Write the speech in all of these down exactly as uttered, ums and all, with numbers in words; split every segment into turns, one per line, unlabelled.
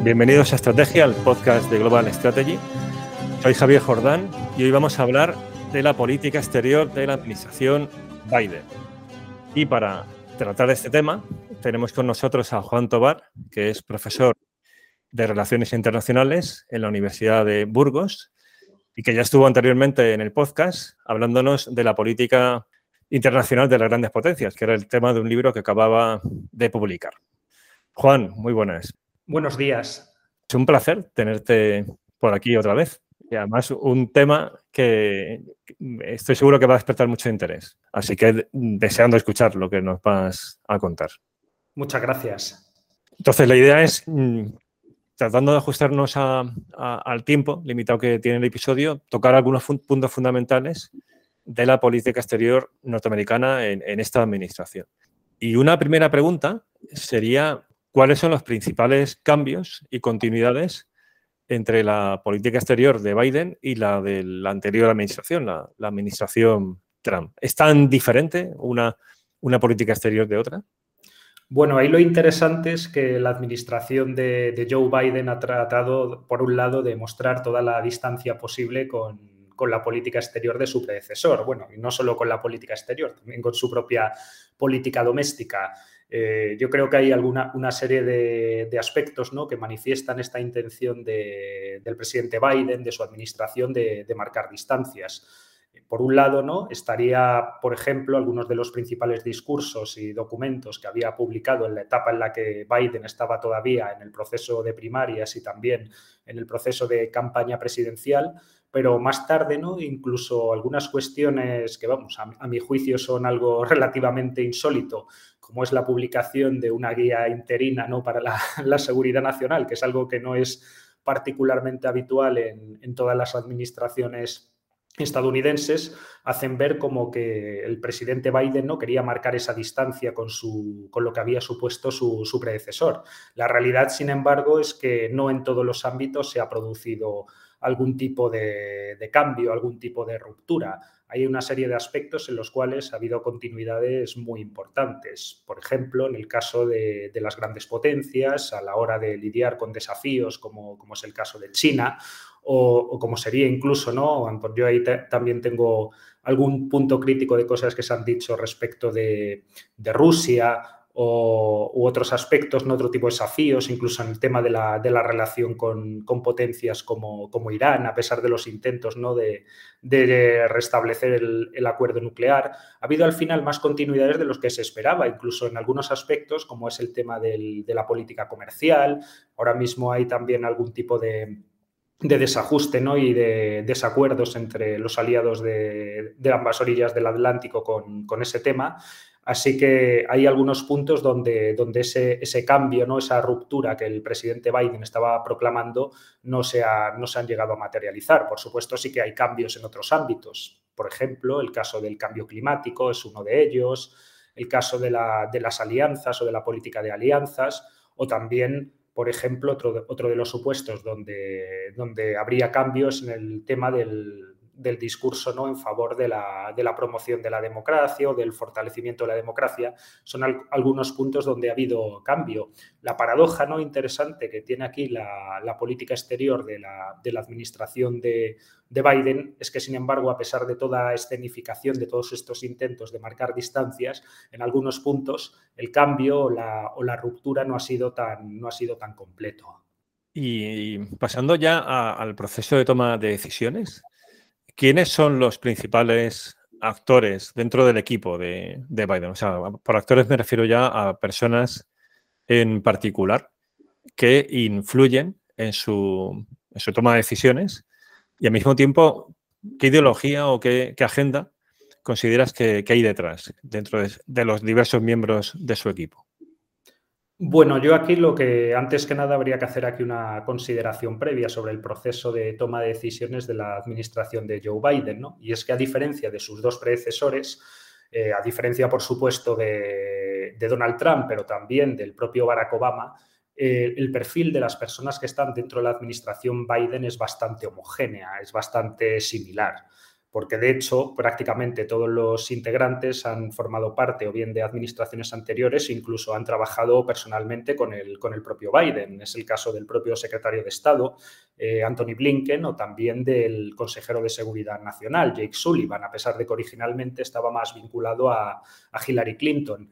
Bienvenidos a Estrategia, el podcast de Global Strategy. Soy Javier Jordán y hoy vamos a hablar de la política exterior de la administración Biden. Y para tratar este tema tenemos con nosotros a Juan Tobar, que es profesor de Relaciones Internacionales en la Universidad de Burgos y que ya estuvo anteriormente en el podcast hablándonos de la política internacional de las grandes potencias, que era el tema de un libro que acababa de publicar. Juan, muy buenas.
Buenos días.
Es un placer tenerte por aquí otra vez. Y además un tema que estoy seguro que va a despertar mucho interés. Así que deseando escuchar lo que nos vas a contar.
Muchas gracias.
Entonces la idea es, tratando de ajustarnos a, a, al tiempo limitado que tiene el episodio, tocar algunos fun puntos fundamentales de la política exterior norteamericana en, en esta administración. Y una primera pregunta sería, ¿cuáles son los principales cambios y continuidades entre la política exterior de Biden y la de la anterior administración, la, la administración Trump? ¿Es tan diferente una, una política exterior de otra?
Bueno, ahí lo interesante es que la administración de, de Joe Biden ha tratado, por un lado, de mostrar toda la distancia posible con, con la política exterior de su predecesor. Bueno, y no solo con la política exterior, también con su propia política doméstica. Eh, yo creo que hay alguna una serie de, de aspectos, ¿no?, que manifiestan esta intención de, del presidente Biden, de su administración, de, de marcar distancias. Por un lado, ¿no?, estaría, por ejemplo, algunos de los principales discursos y documentos que había publicado en la etapa en la que Biden estaba todavía en el proceso de primarias y también en el proceso de campaña presidencial, pero más tarde, ¿no?, incluso algunas cuestiones que, vamos, a, a mi juicio son algo relativamente insólito, como es la publicación de una guía interina, ¿no?, para la, la seguridad nacional, que es algo que no es particularmente habitual en, en todas las administraciones estadounidenses, hacen ver como que el presidente Biden no quería marcar esa distancia con, su, con lo que había supuesto su, su predecesor. La realidad, sin embargo, es que no en todos los ámbitos se ha producido algún tipo de, de cambio, algún tipo de ruptura. Hay una serie de aspectos en los cuales ha habido continuidades muy importantes. Por ejemplo, en el caso de, de las grandes potencias, a la hora de lidiar con desafíos como, como es el caso de China, o, o como sería incluso, ¿no?, yo ahí te, también tengo algún punto crítico de cosas que se han dicho respecto de, de Rusia, o, u otros aspectos, ¿no?, otro tipo de desafíos, incluso en el tema de la, de la relación con, con potencias como, como Irán, a pesar de los intentos, ¿no?, de, de restablecer el, el acuerdo nuclear. Ha habido al final más continuidades de los que se esperaba, incluso en algunos aspectos, como es el tema del, de la política comercial. Ahora mismo hay también algún tipo de, de desajuste, ¿no?, y de desacuerdos entre los aliados de, de ambas orillas del Atlántico con, con ese tema. Así que hay algunos puntos donde, donde ese, ese cambio, ¿no?, esa ruptura que el presidente Biden estaba proclamando no se, ha, no se han llegado a materializar. Por supuesto, sí que hay cambios en otros ámbitos. Por ejemplo, el caso del cambio climático es uno de ellos, el caso de, la, de las alianzas o de la política de alianzas, o también, por ejemplo, otro de, otro de los supuestos donde, donde habría cambios en el tema del, del discurso, ¿no?, en favor de la, de la promoción de la democracia o del fortalecimiento de la democracia. Son al, algunos puntos donde ha habido cambio. La paradoja, ¿no?, interesante que tiene aquí la, la política exterior de la, de la administración de, de Biden es que, sin embargo, a pesar de toda escenificación de todos estos intentos de marcar distancias, en algunos puntos el cambio o la, o la ruptura no ha sido tan, no ha sido tan completo.
Y pasando ya a, al proceso de toma de decisiones, ¿quiénes son los principales actores dentro del equipo de, de Biden? O sea, por actores me refiero ya a personas en particular que influyen en su, en su toma de decisiones y al mismo tiempo, ¿qué ideología o qué, qué agenda consideras que, que hay detrás dentro de, de los diversos miembros de su equipo?
Bueno, yo aquí lo que antes que nada habría que hacer aquí una consideración previa sobre el proceso de toma de decisiones de la administración de Joe Biden, ¿no? Y es que a diferencia de sus dos predecesores, eh, a diferencia, por supuesto, de, de Donald Trump, pero también del propio Barack Obama, eh, el perfil de las personas que están dentro de la administración Biden es bastante homogénea, es bastante similar. porque de hecho prácticamente todos los integrantes han formado parte o bien de administraciones anteriores, incluso han trabajado personalmente con el, con el propio Biden. Es el caso del propio secretario de Estado, eh, Anthony Blinken, o también del consejero de Seguridad Nacional, Jake Sullivan, a pesar de que originalmente estaba más vinculado a, a Hillary Clinton.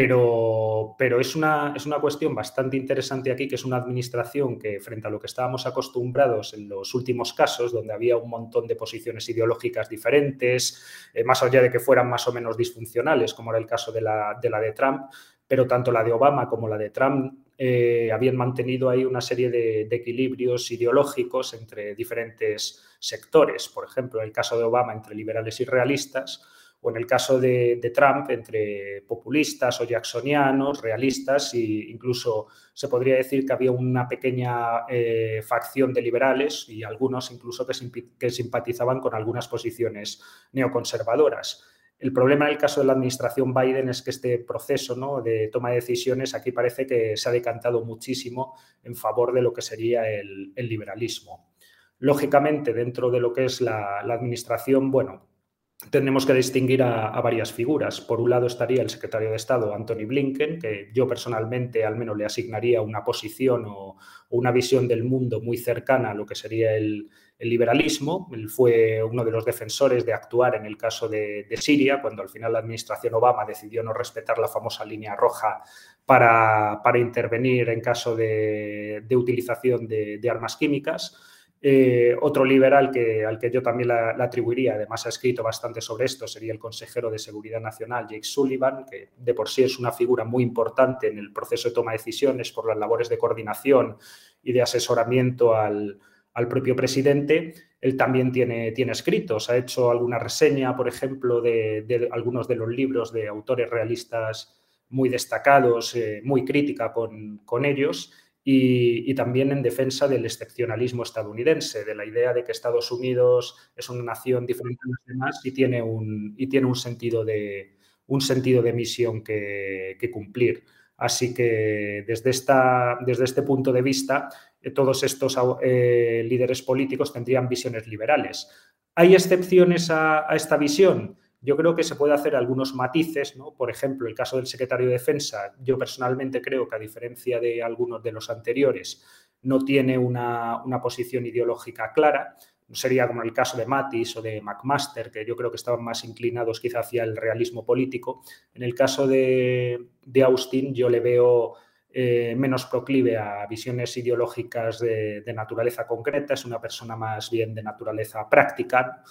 Pero, pero es, una, es una cuestión bastante interesante aquí, que es una administración que, frente a lo que estábamos acostumbrados en los últimos casos, donde había un montón de posiciones ideológicas diferentes, eh, más allá de que fueran más o menos disfuncionales, como era el caso de la de, la de Trump, pero tanto la de Obama como la de Trump eh, habían mantenido ahí una serie de, de equilibrios ideológicos entre diferentes sectores. Por ejemplo, en el caso de Obama, entre liberales y realistas, o en el caso de, de Trump, entre populistas o jacksonianos, realistas, e incluso se podría decir que había una pequeña eh, facción de liberales y algunos incluso que, que simpatizaban con algunas posiciones neoconservadoras. El problema en el caso de la administración Biden es que este proceso, ¿no?, de toma de decisiones aquí parece que se ha decantado muchísimo en favor de lo que sería el, el liberalismo. Lógicamente, dentro de lo que es la, la administración, bueno, tenemos que distinguir a, a varias figuras. Por un lado estaría el secretario de Estado, Anthony Blinken, que yo personalmente al menos le asignaría una posición o, o una visión del mundo muy cercana a lo que sería el, el liberalismo. Él fue uno de los defensores de actuar en el caso de, de Siria, cuando al final la administración Obama decidió no respetar la famosa línea roja para, para intervenir en caso de, de utilización de, de armas químicas. Eh, otro liberal que, al que yo también la, la atribuiría, además ha escrito bastante sobre esto, sería el consejero de Seguridad Nacional, Jake Sullivan, que de por sí es una figura muy importante en el proceso de toma de decisiones por las labores de coordinación y de asesoramiento al, al propio presidente. Él también tiene, tiene escritos, ha hecho alguna reseña, por ejemplo, de, de algunos de los libros de autores realistas muy destacados, eh, muy crítica con, con ellos. Y, y también en defensa del excepcionalismo estadounidense, de la idea de que Estados Unidos es una nación diferente a los demás y tiene un, y tiene un, sentido, de, un sentido de misión que, que cumplir. Así que desde, esta, desde este punto de vista, eh, todos estos eh, líderes políticos tendrían visiones liberales. ¿Hay excepciones a, a esta visión? Yo creo que se puede hacer algunos matices, ¿no? Por ejemplo, el caso del secretario de Defensa, yo personalmente creo que, a diferencia de algunos de los anteriores, no tiene una, una posición ideológica clara. Sería como el caso de Mattis o de McMaster, que yo creo que estaban más inclinados quizá hacia el realismo político. En el caso de, de Austin, yo le veo eh, menos proclive a visiones ideológicas de, de naturaleza concreta, es una persona más bien de naturaleza práctica,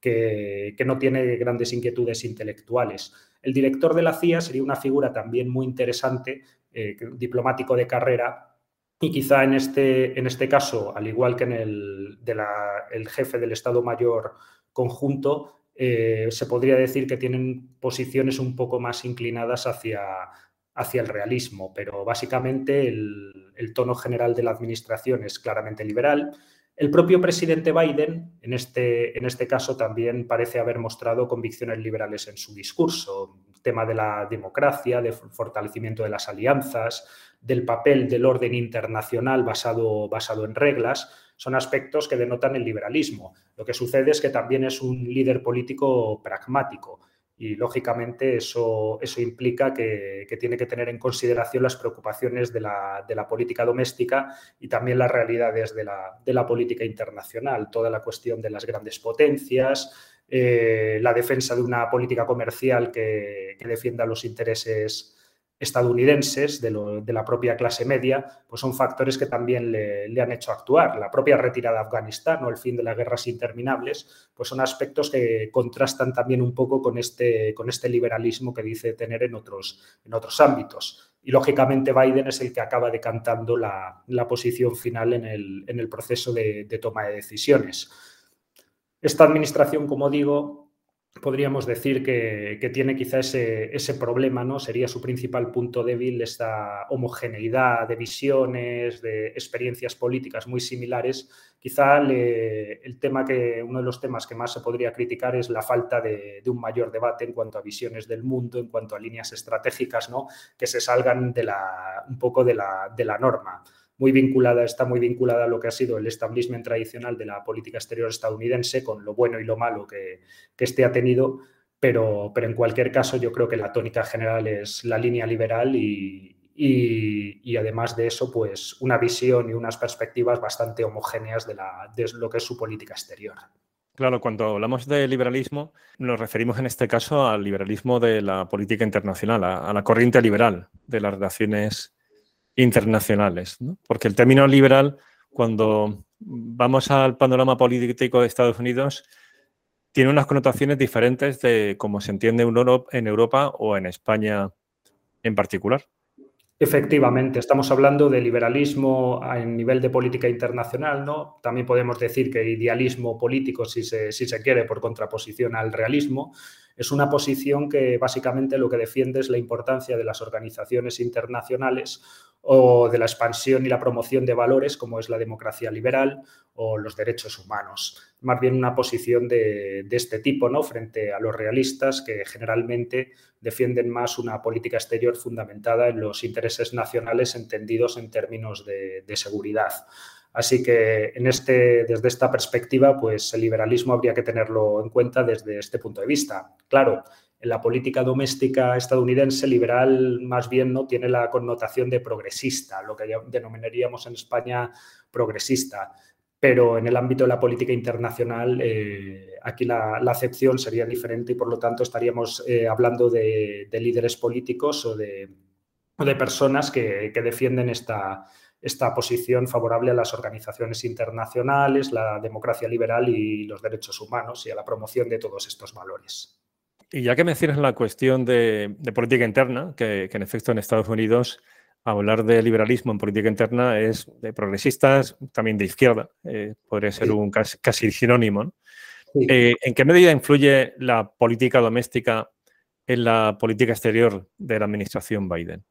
Que, que no tiene grandes inquietudes intelectuales. El director de la C I A sería una figura también muy interesante, eh, diplomático de carrera, y quizá en este, en este caso, al igual que en el, de la, el jefe del Estado Mayor Conjunto, eh, se podría decir que tienen posiciones un poco más inclinadas hacia, hacia el realismo, pero básicamente el, el tono general de la administración es claramente liberal. El propio presidente Biden, en este, en este caso, también parece haber mostrado convicciones liberales en su discurso. Tema de la democracia, del fortalecimiento de las alianzas, del papel del orden internacional basado, basado en reglas, son aspectos que denotan el liberalismo. Lo que sucede es que también es un líder político pragmático. Y, lógicamente, eso, eso implica que, que tiene que tener en consideración las preocupaciones de la, de la política doméstica y también las realidades de la, de la política internacional. Toda la cuestión de las grandes potencias, eh, la defensa de una política comercial que, que defienda los intereses estadounidenses, de, lo, de la propia clase media, pues son factores que también le, le han hecho actuar. La propia retirada de Afganistán o el fin de las guerras interminables, pues son aspectos que contrastan también un poco con este, con este liberalismo que dice tener en otros, en otros ámbitos. Y, lógicamente, Biden es el que acaba decantando la, la posición final en el, en el proceso de, de toma de decisiones. Esta administración, como digo, podríamos decir que, que tiene quizá ese, ese problema, ¿no? Sería su principal punto débil esta homogeneidad de visiones, de experiencias políticas muy similares. Quizá le, el tema que, uno de los temas que más se podría criticar es la falta de, de un mayor debate en cuanto a visiones del mundo, en cuanto a líneas estratégicas, ¿no?, que se salgan de la, un poco de la, de la norma. muy vinculada, está muy vinculada a lo que ha sido el establishment tradicional de la política exterior estadounidense, con lo bueno y lo malo que, que este ha tenido, pero, pero en cualquier caso yo creo que la tónica general es la línea liberal y, y, y además de eso, pues una visión y unas perspectivas bastante homogéneas de, la, de lo que es su política exterior.
Claro, cuando hablamos de liberalismo, nos referimos en este caso al liberalismo de la política internacional, a, a la corriente liberal de las relaciones internacionales, ¿no? Porque el término liberal, cuando vamos al panorama político de Estados Unidos, tiene unas connotaciones diferentes de cómo se entiende en Europa o en España en particular.
Efectivamente, estamos hablando de liberalismo a nivel de política internacional, ¿no? También podemos decir que idealismo político, si se, si se quiere, por contraposición al realismo. Es una posición que básicamente lo que defiende es la importancia de las organizaciones internacionales o de la expansión y la promoción de valores como es la democracia liberal o los derechos humanos. Más bien una posición de, de este tipo, ¿no? Frente a los realistas que generalmente defienden más una política exterior fundamentada en los intereses nacionales entendidos en términos de, de seguridad. Así que en este, desde esta perspectiva, pues el liberalismo habría que tenerlo en cuenta desde este punto de vista. Claro, en la política doméstica estadounidense, liberal más bien no tiene la connotación de progresista, lo que denominaríamos en España progresista. Pero en el ámbito de la política internacional, eh, aquí la, la acepción sería diferente y, por lo tanto, estaríamos eh, hablando de, de líderes políticos o de, o de personas que, que defienden esta, esta posición favorable a las organizaciones internacionales, la democracia liberal y los derechos humanos y a la promoción de todos estos valores.
Y ya que mencionas la cuestión de, de política interna, que, que en efecto en Estados Unidos hablar de liberalismo en política interna es de progresistas, también de izquierda, eh, podría ser sí. un casi, casi sinónimo, ¿no? Sí. Eh, ¿En qué medida influye la política doméstica en la política exterior de la administración Biden?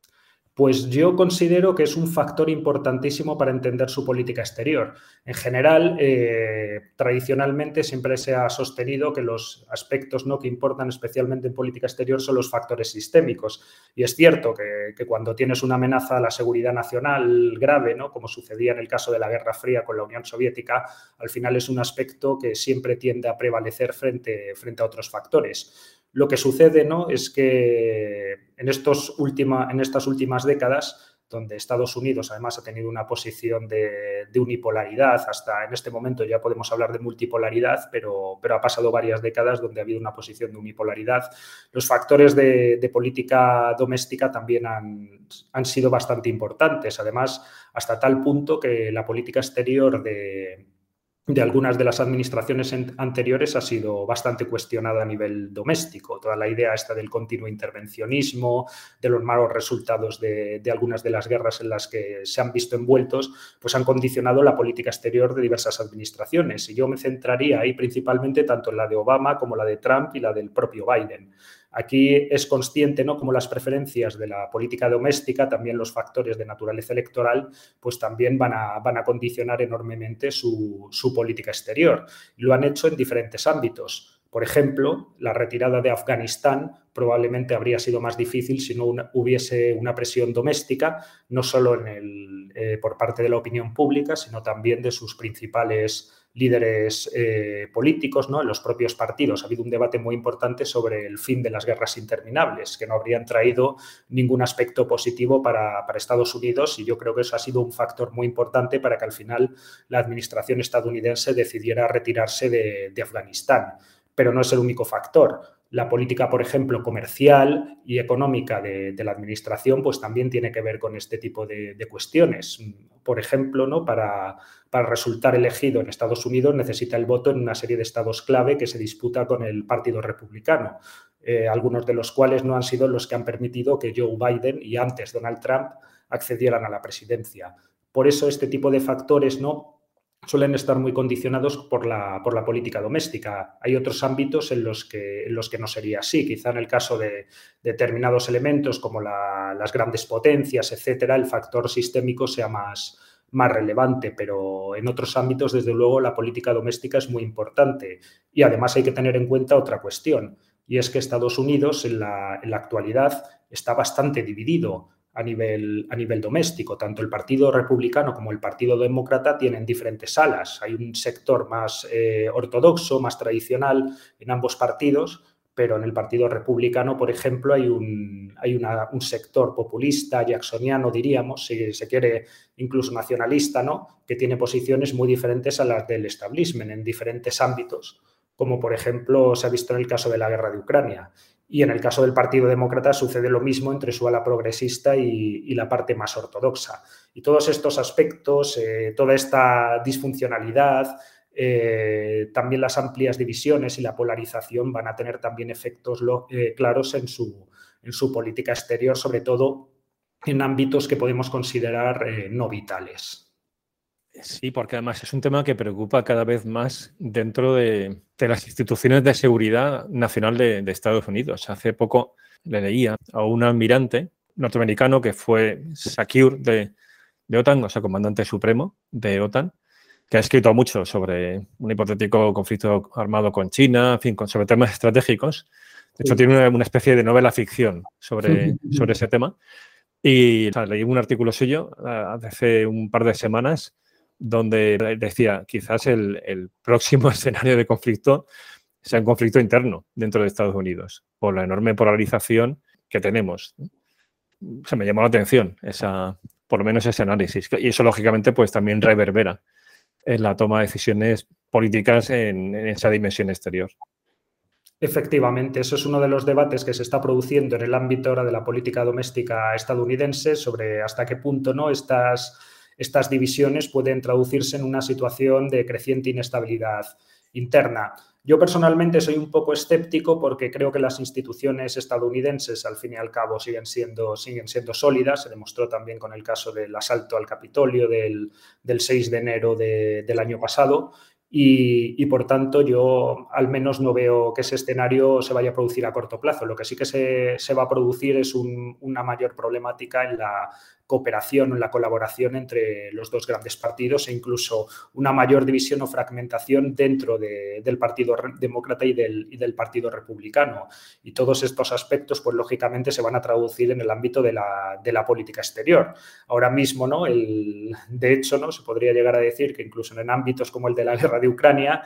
Pues yo considero que es un factor importantísimo para entender su política exterior. En general, eh, tradicionalmente siempre se ha sostenido que los aspectos, ¿no?, que importan especialmente en política exterior son los factores sistémicos. Y es cierto que, que cuando tienes una amenaza a la seguridad nacional grave, ¿no?, como sucedía en el caso de la Guerra Fría con la Unión Soviética, al final es un aspecto que siempre tiende a prevalecer frente, frente a otros factores. Lo que sucede, ¿no?, es que en, estos última, en estas últimas décadas, donde Estados Unidos además ha tenido una posición de, de unipolaridad, hasta en este momento ya podemos hablar de multipolaridad, pero, pero ha pasado varias décadas donde ha habido una posición de unipolaridad, los factores de, de política doméstica también han, han sido bastante importantes, además hasta tal punto que la política exterior de... de algunas de las administraciones anteriores ha sido bastante cuestionada a nivel doméstico. Toda la idea esta del continuo intervencionismo, de los malos resultados de, de algunas de las guerras en las que se han visto envueltos, pues han condicionado la política exterior de diversas administraciones. Y yo me centraría ahí principalmente tanto en la de Obama como la de Trump y la del propio Biden. Aquí es consciente, ¿no?, como las preferencias de la política doméstica, también los factores de naturaleza electoral, pues también van a, van a condicionar enormemente su, su política exterior. Lo han hecho en diferentes ámbitos. Por ejemplo, la retirada de Afganistán probablemente habría sido más difícil si no una, hubiese una presión doméstica, no solo en el, eh, por parte de la opinión pública, sino también de sus principales líderes eh, políticos, ¿no?, en los propios partidos. Ha habido un debate muy importante sobre el fin de las guerras interminables, que no habrían traído ningún aspecto positivo para, para Estados Unidos, y yo creo que eso ha sido un factor muy importante para que al final la administración estadounidense decidiera retirarse de, de Afganistán. Pero no es el único factor. La política, por ejemplo, comercial y económica de, de la administración, pues también tiene que ver con este tipo de, de cuestiones. Por ejemplo, ¿no?, para, para resultar elegido en Estados Unidos necesita el voto en una serie de estados clave que se disputa con el Partido Republicano, eh, algunos de los cuales no han sido los que han permitido que Joe Biden y antes Donald Trump accedieran a la presidencia. Por eso este tipo de factores, ¿no?, suelen estar muy condicionados por la, por la política doméstica. Hay otros ámbitos en los que, en los que no sería así. Quizá en el caso de determinados elementos como la, las grandes potencias, etcétera, el factor sistémico sea más, más relevante, pero en otros ámbitos, desde luego, la política doméstica es muy importante. Y además hay que tener en cuenta otra cuestión, y es que Estados Unidos en la, en la actualidad está bastante dividido. a nivel, a nivel doméstico. Tanto el Partido Republicano como el Partido Demócrata tienen diferentes alas. Hay un sector más eh, ortodoxo, más tradicional en ambos partidos, pero en el Partido Republicano, por ejemplo, hay un, hay una, un sector populista, jacksoniano, diríamos, si se quiere, incluso nacionalista, ¿no?, que tiene posiciones muy diferentes a las del establishment en diferentes ámbitos, como por ejemplo se ha visto en el caso de la guerra de Ucrania. Y en el caso del Partido Demócrata sucede lo mismo entre su ala progresista y, y la parte más ortodoxa. Y todos estos aspectos, eh, toda esta disfuncionalidad, Eh, también las amplias divisiones y la polarización van a tener también efectos lo, eh, claros en su, en su política exterior, sobre todo en ámbitos que podemos considerar eh, no vitales.
Sí, porque además es un tema que preocupa cada vez más dentro de, de las instituciones de seguridad nacional de, de Estados Unidos. Hace poco le leía a un almirante norteamericano que fue Secure de, de OTAN, o sea, comandante supremo de OTAN, que ha escrito mucho sobre un hipotético conflicto armado con China, en fin, con, sobre temas estratégicos. De hecho, sí. tiene una, una especie de novela ficción sobre, sobre ese tema. Y o sea, leí un artículo suyo uh, hace un par de semanas donde decía quizás el, el próximo escenario de conflicto sea un conflicto interno dentro de Estados Unidos, por la enorme polarización que tenemos. O sea, me llamó la atención esa, por lo menos ese análisis. Y eso, lógicamente, pues también reverbera en la toma de decisiones políticas en, en esa dimensión exterior.
Efectivamente, eso es uno de los debates que se está produciendo en el ámbito ahora de la política doméstica estadounidense sobre hasta qué punto, ¿no?, estas, estas divisiones pueden traducirse en una situación de creciente inestabilidad interna. Yo personalmente soy un poco escéptico porque creo que las instituciones estadounidenses al fin y al cabo siguen siendo, siguen siendo sólidas. Se demostró también con el caso del asalto al Capitolio del, del seis de enero de, del año pasado. Y, y, por tanto, yo al menos no veo que ese escenario se vaya a producir a corto plazo. Lo que sí que se, se va a producir es un, una mayor problemática en la cooperación, en la colaboración entre los dos grandes partidos e incluso una mayor división o fragmentación dentro de, del Partido Demócrata y del, y del Partido Republicano. Y todos estos aspectos, pues lógicamente, se van a traducir en el ámbito de la, de la política exterior. Ahora mismo, ¿no?, el, de hecho, ¿no?, se podría llegar a decir que incluso en ámbitos como el de la guerra de Ucrania,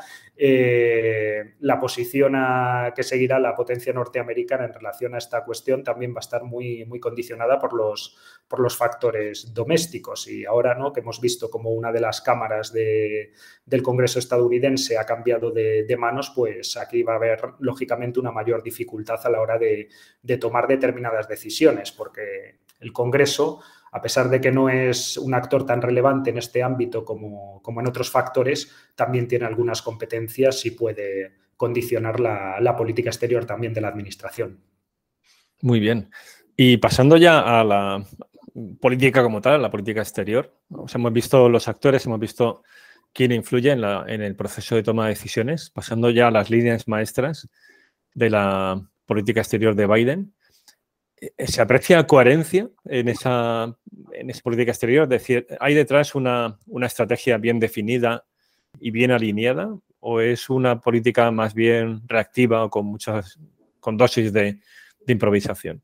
eh, la posición a, que seguirá la potencia norteamericana en relación a esta cuestión también va a estar muy, muy condicionada por los, por los factores domésticos. Y ahora, ¿no?, que hemos visto como una de las cámaras de, del Congreso estadounidense ha cambiado de, de manos, pues aquí va a haber lógicamente una mayor dificultad a la hora de, de tomar determinadas decisiones, porque el Congreso, a pesar de que no es un actor tan relevante en este ámbito como, como en otros factores, también tiene algunas competencias y puede condicionar la, la política exterior también de la administración.
Muy bien. Y pasando ya a la política como tal, la política exterior, o sea, hemos visto los actores, hemos visto quién influye en, la, en el proceso de toma de decisiones, pasando ya a las líneas maestras de la política exterior de Biden. ¿Se aprecia coherencia en esa, en esa política exterior? Es decir, ¿hay detrás una, una estrategia bien definida y bien alineada? ¿O es una política más bien reactiva o con muchas con dosis de, de improvisación?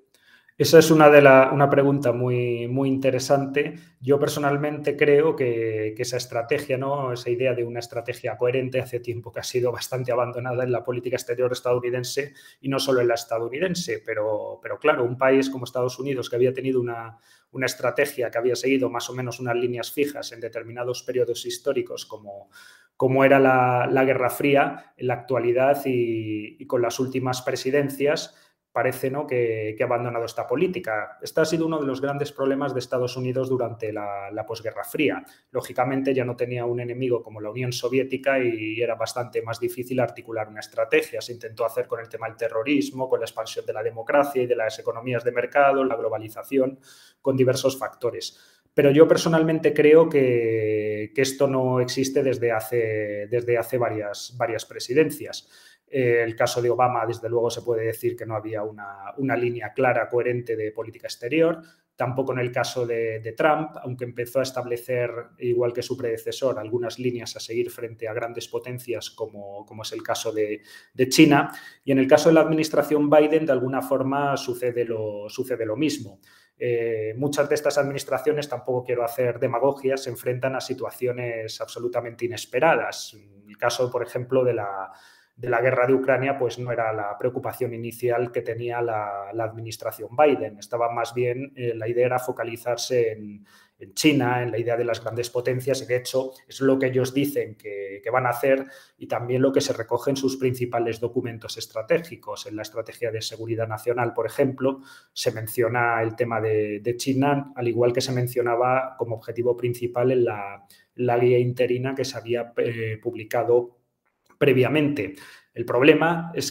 Esa es una, de la, una pregunta muy, muy interesante. Yo personalmente creo que, que esa estrategia, ¿no?, esa idea de una estrategia coherente hace tiempo que ha sido bastante abandonada en la política exterior estadounidense y no solo en la estadounidense, pero, pero claro, un país como Estados Unidos que había tenido una, una estrategia que había seguido más o menos unas líneas fijas en determinados periodos históricos como, como era la, la Guerra Fría, en la actualidad y, y con las últimas presidencias, parece, ¿no?, que, que ha abandonado esta política. Este ha sido uno de los grandes problemas de Estados Unidos durante la, la posguerra fría. Lógicamente ya no tenía un enemigo como la Unión Soviética y era bastante más difícil articular una estrategia. Se intentó hacer con el tema del terrorismo, con la expansión de la democracia y de las economías de mercado, la globalización, con diversos factores. Pero yo personalmente creo que, que esto no existe desde hace, desde hace varias, varias presidencias. Eh, el caso de Obama, desde luego, se puede decir que no había una, una línea clara, coherente de política exterior. Tampoco en el caso de, de Trump, aunque empezó a establecer, igual que su predecesor, algunas líneas a seguir frente a grandes potencias, como, como es el caso de, de China. Y en el caso de la administración Biden, de alguna forma, sucede lo, sucede lo mismo. eh, muchas de estas administraciones, tampoco quiero hacer demagogia, se enfrentan a situaciones absolutamente inesperadas. El caso, por ejemplo, de la, de la guerra de Ucrania, pues no era la preocupación inicial que tenía la, la administración Biden. Estaba más bien, eh, la idea era focalizarse en, en China, en la idea de las grandes potencias, y de hecho es lo que ellos dicen que, que van a hacer y también lo que se recoge en sus principales documentos estratégicos. En la Estrategia de Seguridad Nacional, por ejemplo, se menciona el tema de, de China, al igual que se mencionaba como objetivo principal en la, la guía interina que se había eh, publicado previamente. El problema es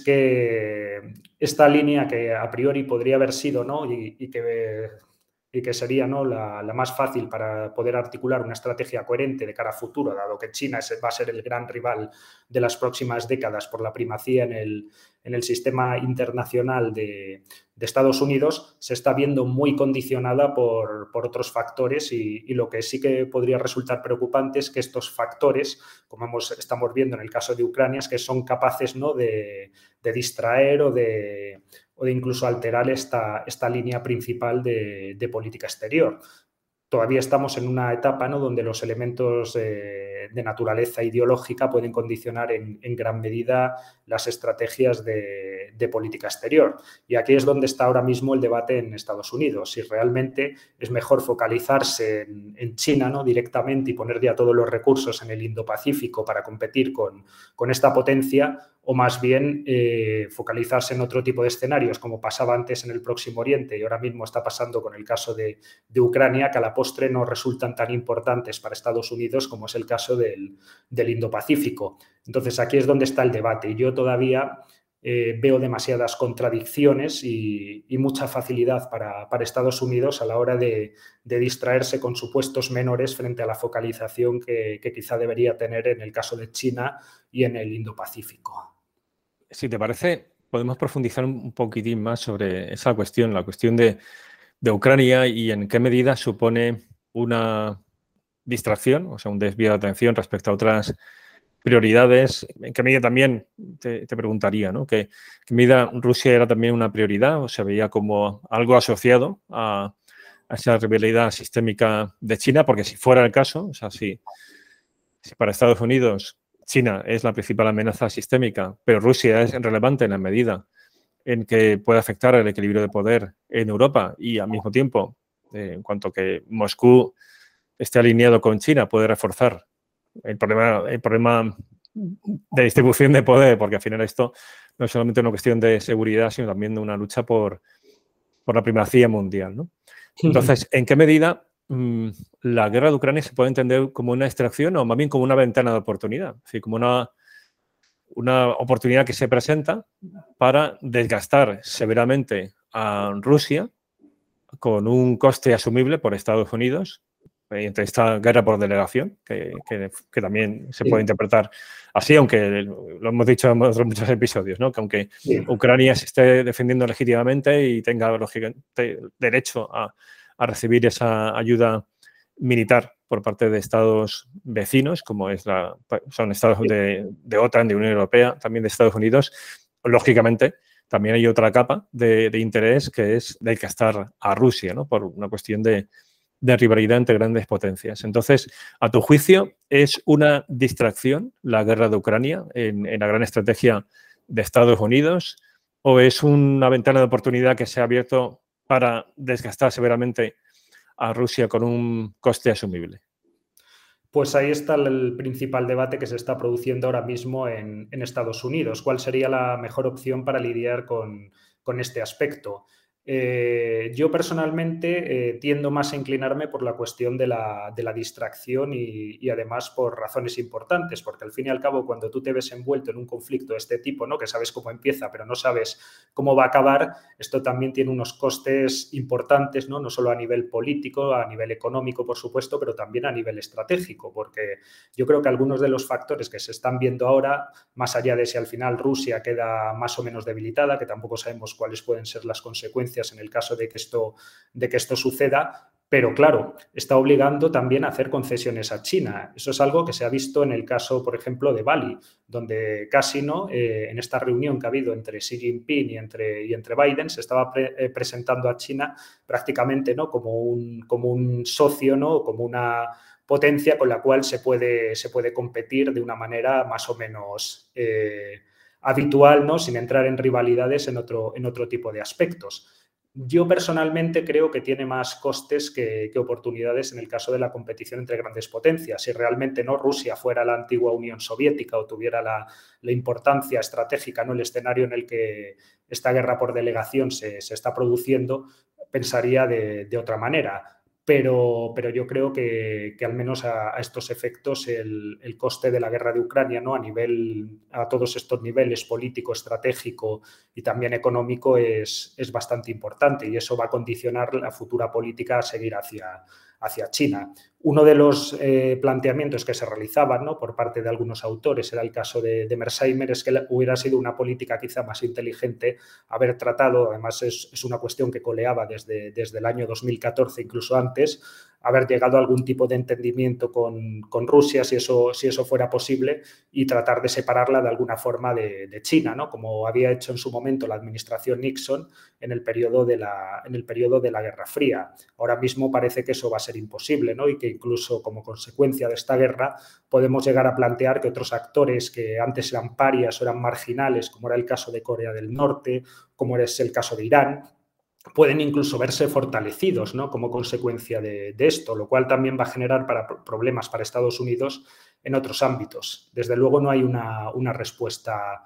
que esta línea, que a priori podría haber sido, ¿no? y, y que y que sería, ¿no?, la, la más fácil para poder articular una estrategia coherente de cara a futuro, dado que China es, va a ser el gran rival de las próximas décadas por la primacía en el, en el sistema internacional de, de Estados Unidos, se está viendo muy condicionada por, por otros factores y, y lo que sí que podría resultar preocupante es que estos factores, como hemos, estamos viendo en el caso de Ucrania, es que son capaces, ¿no?, de, de distraer o de... o de incluso alterar esta, esta línea principal de, de política exterior. Todavía estamos en una etapa, ¿no?, donde los elementos eh, de naturaleza ideológica pueden condicionar en, en gran medida las estrategias de, de política exterior. Y aquí es donde está ahora mismo el debate en Estados Unidos. Si realmente es mejor focalizarse en, en China, ¿no?, directamente, y poner ya todos los recursos en el Indo-Pacífico para competir con, con esta potencia, o más bien eh, focalizarse en otro tipo de escenarios, como pasaba antes en el Próximo Oriente y ahora mismo está pasando con el caso de, de Ucrania, que a la postre no resultan tan importantes para Estados Unidos como es el caso del, del Indo-Pacífico. Entonces, aquí es donde está el debate. Yo todavía eh, veo demasiadas contradicciones y, y mucha facilidad para, para Estados Unidos a la hora de, de distraerse con supuestos menores frente a la focalización que, que quizá debería tener en el caso de China y en el Indo-Pacífico.
Si te parece, podemos profundizar un poquitín más sobre esa cuestión, la cuestión de, de Ucrania y en qué medida supone una distracción, o sea, un desvío de atención respecto a otras prioridades. En qué medida también, te, te preguntaría, ¿no?, ¿Qué, qué medida Rusia era también una prioridad o se veía como algo asociado a, a esa rivalidad sistémica de China? Porque si fuera el caso, o sea, si, si para Estados Unidos China es la principal amenaza sistémica, pero Rusia es relevante en la medida en que puede afectar el equilibrio de poder en Europa y al mismo tiempo, eh, en cuanto que Moscú esté alineado con China, puede reforzar el problema, el problema de distribución de poder, porque al final esto no es solamente una cuestión de seguridad, sino también de una lucha por, por la primacía mundial, ¿no? Entonces, ¿en qué medida mmm, la guerra de Ucrania se puede entender como una extracción o más bien como una ventana de oportunidad? Es decir, como una, una oportunidad que se presenta para desgastar severamente a Rusia con un coste asumible por Estados Unidos mediante esta guerra por delegación, que, que, que también se puede interpretar así, aunque lo hemos dicho en otros muchos episodios, ¿no?, que aunque sí. Ucrania se esté defendiendo legítimamente y tenga lógicamente derecho a, a recibir esa ayuda militar por parte de estados vecinos, como es la, son estados de, de OTAN, de Unión Europea, también de Estados Unidos, lógicamente también hay otra capa de, de interés que es desgastar a Rusia, ¿no?, por una cuestión de de rivalidad entre grandes potencias. Entonces, a tu juicio, ¿es una distracción la guerra de Ucrania en, en la gran estrategia de Estados Unidos o es una ventana de oportunidad que se ha abierto para desgastar severamente a Rusia con un coste asumible?
Pues ahí está el principal debate que se está produciendo ahora mismo en, en Estados Unidos. ¿Cuál sería la mejor opción para lidiar con, con este aspecto? Eh, yo personalmente eh, tiendo más a inclinarme por la cuestión de la, de la distracción y, y además por razones importantes, porque al fin y al cabo cuando tú te ves envuelto en un conflicto de este tipo, ¿no?, que sabes cómo empieza pero no sabes cómo va a acabar, esto también tiene unos costes importantes, ¿no?, no solo a nivel político, a nivel económico, por supuesto, pero también a nivel estratégico, porque yo creo que algunos de los factores que se están viendo ahora, más allá de si al final Rusia queda más o menos debilitada, que tampoco sabemos cuáles pueden ser las consecuencias en el caso de que esto, de que esto suceda, Pero claro, está obligando también a hacer concesiones a China. Eso es algo que se ha visto en el caso, por ejemplo, de Bali, donde casi no, eh, en esta reunión que ha habido entre Xi Jinping y entre, y entre Biden, se estaba pre, eh, presentando a China prácticamente, ¿no?, como un, como un socio, ¿no?, como una potencia con la cual se puede, se puede competir de una manera más o menos eh, habitual, ¿no?, sin entrar en rivalidades en otro, en otro tipo de aspectos. Yo personalmente creo que tiene más costes que, que oportunidades en el caso de la competición entre grandes potencias. Si realmente no Rusia fuera la antigua Unión Soviética o tuviera la, la importancia estratégica, ¿no?, el escenario en el que esta guerra por delegación se, se está produciendo, pensaría de, de otra manera. Pero, pero yo creo que, que al menos a, a estos efectos el, el coste de la guerra de Ucrania, ¿no?, a nivel, a todos estos niveles político, estratégico y también económico es, es bastante importante, y eso va a condicionar la futura política a seguir hacia, hacia China. Uno de los eh, planteamientos que se realizaban, ¿no?, por parte de algunos autores, era el caso de, de Mearsheimer, es que hubiera sido una política quizá más inteligente haber tratado, además es, es una cuestión que coleaba desde, desde el año dos mil catorce, incluso antes, haber llegado a algún tipo de entendimiento con, con Rusia, si eso, si eso fuera posible, y tratar de separarla de alguna forma de, de China, ¿no?, como había hecho en su momento la administración Nixon en el periodo de la, en el periodo de la Guerra Fría. Ahora mismo parece que eso va a ser imposible, ¿no?, y que incluso como consecuencia de esta guerra podemos llegar a plantear que otros actores que antes eran parias o eran marginales, como era el caso de Corea del Norte, como es el caso de Irán, pueden incluso verse fortalecidos, ¿no?, como consecuencia de, de esto, lo cual también va a generar para, problemas para Estados Unidos en otros ámbitos. Desde luego no hay una, una respuesta,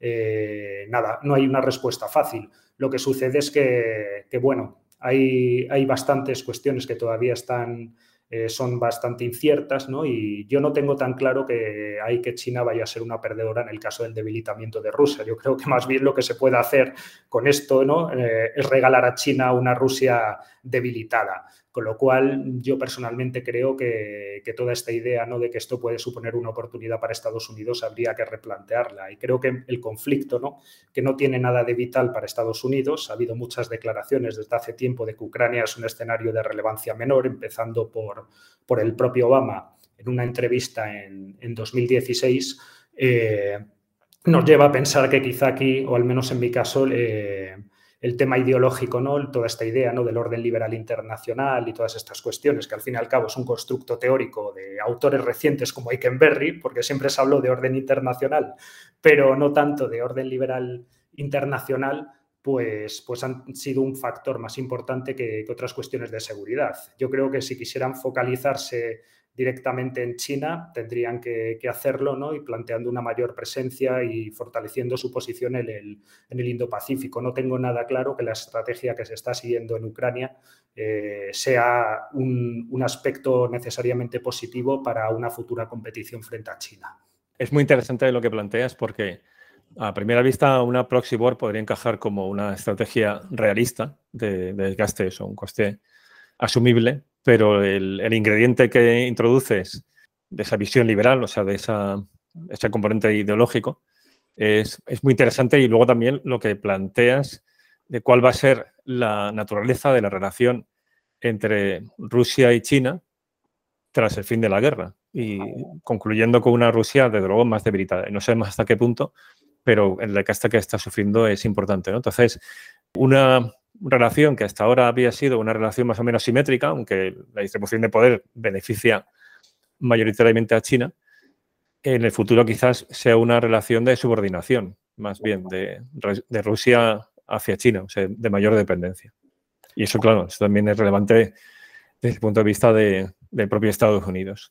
eh, nada, no hay una respuesta fácil. Lo que sucede es que, que bueno, hay, hay bastantes cuestiones que todavía están... Eh, son bastante inciertas, ¿no? Y yo no tengo tan claro que hay que China vaya a ser una perdedora en el caso del debilitamiento de Rusia. Yo creo que más bien lo que se puede hacer con esto, ¿no?, eh, es regalar a China una Rusia debilitada. Con lo cual, yo personalmente creo que, que toda esta idea, ¿no?, de que esto puede suponer una oportunidad para Estados Unidos habría que replantearla. Y creo que el conflicto, ¿no?, que no tiene nada de vital para Estados Unidos, ha habido muchas declaraciones desde hace tiempo de que Ucrania es un escenario de relevancia menor, empezando por, por el propio Obama en una entrevista en, en dos mil dieciséis, eh, nos lleva a pensar que quizá aquí, o al menos en mi caso, eh, el tema ideológico, ¿no?, toda esta idea, ¿no?, del orden liberal internacional y todas estas cuestiones, que al fin y al cabo es un constructo teórico de autores recientes como Eikenberry, porque siempre se habló de orden internacional, pero no tanto de orden liberal internacional, pues, pues han sido un factor más importante que, que otras cuestiones de seguridad. Yo creo que si quisieran focalizarse directamente en China, tendrían que, que hacerlo, ¿no?, y planteando una mayor presencia y fortaleciendo su posición en el, en el Indo-Pacífico. No tengo nada claro que la estrategia que se está siguiendo en Ucrania eh, sea un, un aspecto necesariamente positivo para una futura competición frente a China.
Es muy interesante lo que planteas porque a primera vista una proxy war podría encajar como una estrategia realista de, de desgaste, o un coste asumible, pero el, el ingrediente que introduces de esa visión liberal, o sea, de esa, ese componente ideológico, es, es muy interesante. Y luego también lo que planteas de cuál va a ser la naturaleza de la relación entre Rusia y China tras el fin de la guerra y concluyendo con una Rusia, desde luego, más debilitada. Y no sabemos hasta qué punto, pero el desgaste que está sufriendo es importante, ¿no? Entonces, una relación que hasta ahora había sido una relación más o menos simétrica, aunque la distribución de poder beneficia mayoritariamente a China, en el futuro quizás sea una relación de subordinación, más bien, de, de Rusia hacia China, o sea, de mayor dependencia. Y eso, claro, eso también es relevante desde el punto de vista de, del propio Estados Unidos.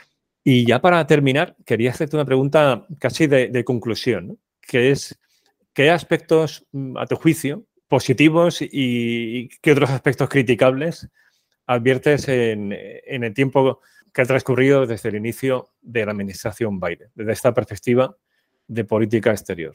Y ya para terminar, quería hacerte una pregunta casi de, de conclusión, ¿no?, que es, ¿qué aspectos, a tu juicio, positivos y qué otros aspectos criticables adviertes en, en el tiempo que ha transcurrido desde el inicio de la administración Biden, desde esta perspectiva de política exterior?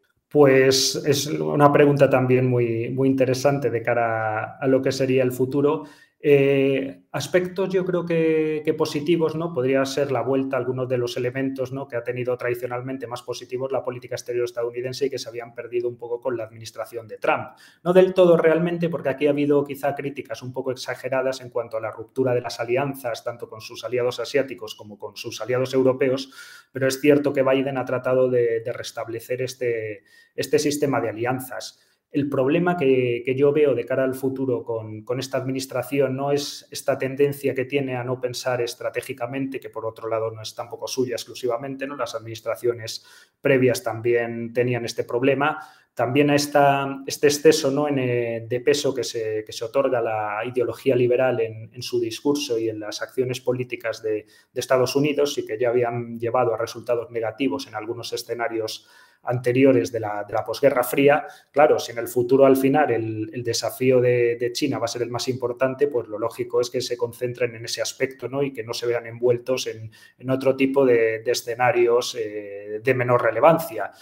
Pues es una pregunta también muy, muy interesante de cara a lo que sería el futuro. Eh, aspectos yo creo que, que positivos, ¿no? Podría ser la vuelta a algunos de los elementos, ¿no?, que ha tenido tradicionalmente más positivos la política exterior estadounidense y que se habían perdido un poco con la administración de Trump. No del todo realmente, porque aquí ha habido quizá críticas un poco exageradas en cuanto a la ruptura de las alianzas, tanto con sus aliados asiáticos como con sus aliados europeos, pero es cierto que Biden ha tratado de, de restablecer este, este sistema de alianzas. El problema que, que yo veo de cara al futuro con, con esta administración no es esta tendencia que tiene a no pensar estratégicamente, que por otro lado no es tampoco suya exclusivamente, ¿no? Las administraciones previas también tenían este problema. También a esta, este exceso, ¿no?, en, eh, de peso que se, que se otorga a la ideología liberal en, en su discurso y en las acciones políticas de, de Estados Unidos, y que ya habían llevado a resultados negativos en algunos escenarios anteriores de la, de la posguerra fría. Claro, si en el futuro al final el, el desafío de, de China va a ser el más importante, pues lo lógico es que se concentren en ese aspecto, ¿no?, y que no se vean envueltos en, en otro tipo de, de escenarios eh, de menor relevancia.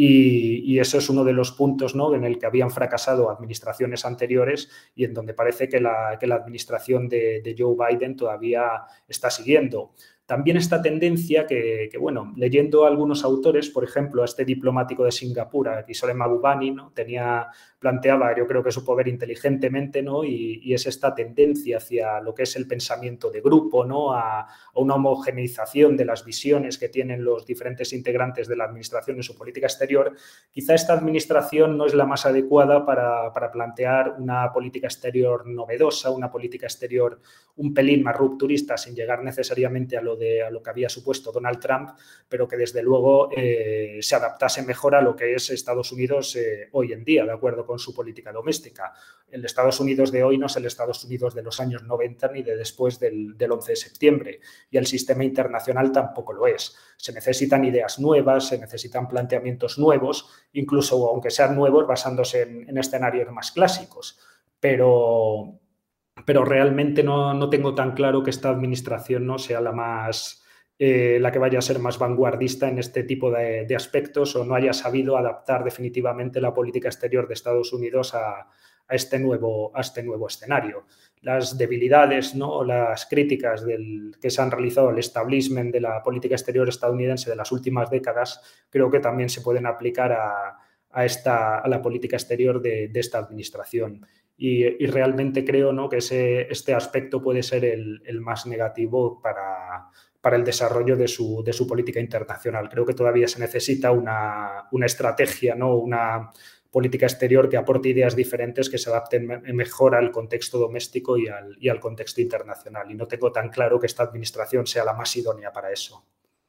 Y, y eso es uno de los puntos, ¿no?, en el que habían fracasado administraciones anteriores y en donde parece que la, que la administración de, de Joe Biden todavía está siguiendo. También esta tendencia que, que, bueno, leyendo a algunos autores, por ejemplo, a este diplomático de Singapur, a Kishore Mahbubani, ¿no?, tenía, planteaba, yo creo que supo ver inteligentemente, ¿no?, y, y es esta tendencia hacia lo que es el pensamiento de grupo, ¿no?, a, a una homogeneización de las visiones que tienen los diferentes integrantes de la administración en su política exterior. Quizá esta administración no es la más adecuada para, para plantear una política exterior novedosa, una política exterior un pelín más rupturista, sin llegar necesariamente a lo de a lo que había supuesto Donald Trump, pero que desde luego eh, se adaptase mejor a lo que es Estados Unidos eh, hoy en día, de acuerdo con su política doméstica. El Estados Unidos de hoy no es el Estados Unidos de los años noventa ni de después del, del once de septiembre, y el sistema internacional tampoco lo es. Se necesitan ideas nuevas, se necesitan planteamientos nuevos, incluso aunque sean nuevos basándose en, en escenarios más clásicos, pero... pero realmente no, no tengo tan claro que esta administración no sea la más eh, la que vaya a ser más vanguardista en este tipo de, de aspectos, o no haya sabido adaptar definitivamente la política exterior de Estados Unidos a, a, este, nuevo, a este nuevo escenario. Las debilidades, ¿no?, o las críticas del, que se han realizado al establishment de la política exterior estadounidense de las últimas décadas creo que también se pueden aplicar a, a, esta, a la política exterior de, de esta administración. Y, y realmente creo, ¿no?, que ese, este aspecto puede ser el, el más negativo para, para el desarrollo de su, de su política internacional. Creo que todavía se necesita una, una estrategia, ¿no?, una política exterior que aporte ideas diferentes que se adapten mejor al contexto doméstico y al, y al contexto internacional. Y no tengo tan claro que esta administración sea la más idónea para eso.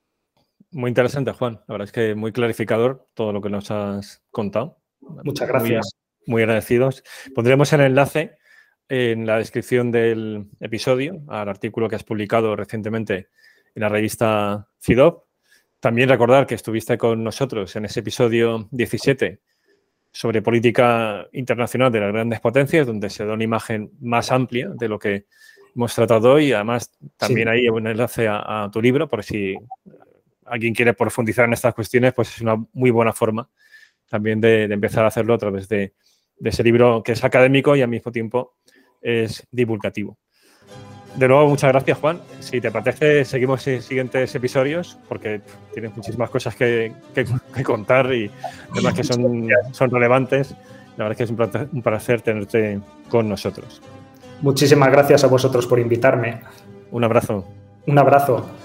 Muy interesante, Juan. La verdad es que muy clarificador todo lo que nos has contado.
Muchas gracias.
Muy, muy agradecidos. Pondremos el enlace en la descripción del episodio al artículo que has publicado recientemente en la revista CIDOB. También recordar que estuviste con nosotros en ese episodio diecisiete sobre política internacional de las grandes potencias, donde se da una imagen más amplia de lo que hemos tratado hoy. Además, también sí, hay un enlace a, a tu libro, por si alguien quiere profundizar en estas cuestiones, pues es una muy buena forma también de, de empezar a hacerlo a través de, de ese libro que es académico y al mismo tiempo es divulgativo. De nuevo, muchas gracias, Juan. Si te apetece, seguimos en siguientes episodios porque tienes muchísimas cosas que, que, que contar y además que son, son relevantes. La verdad es que es un placer, un placer tenerte con nosotros.
Muchísimas gracias a vosotros por invitarme.
Un abrazo.
Un abrazo.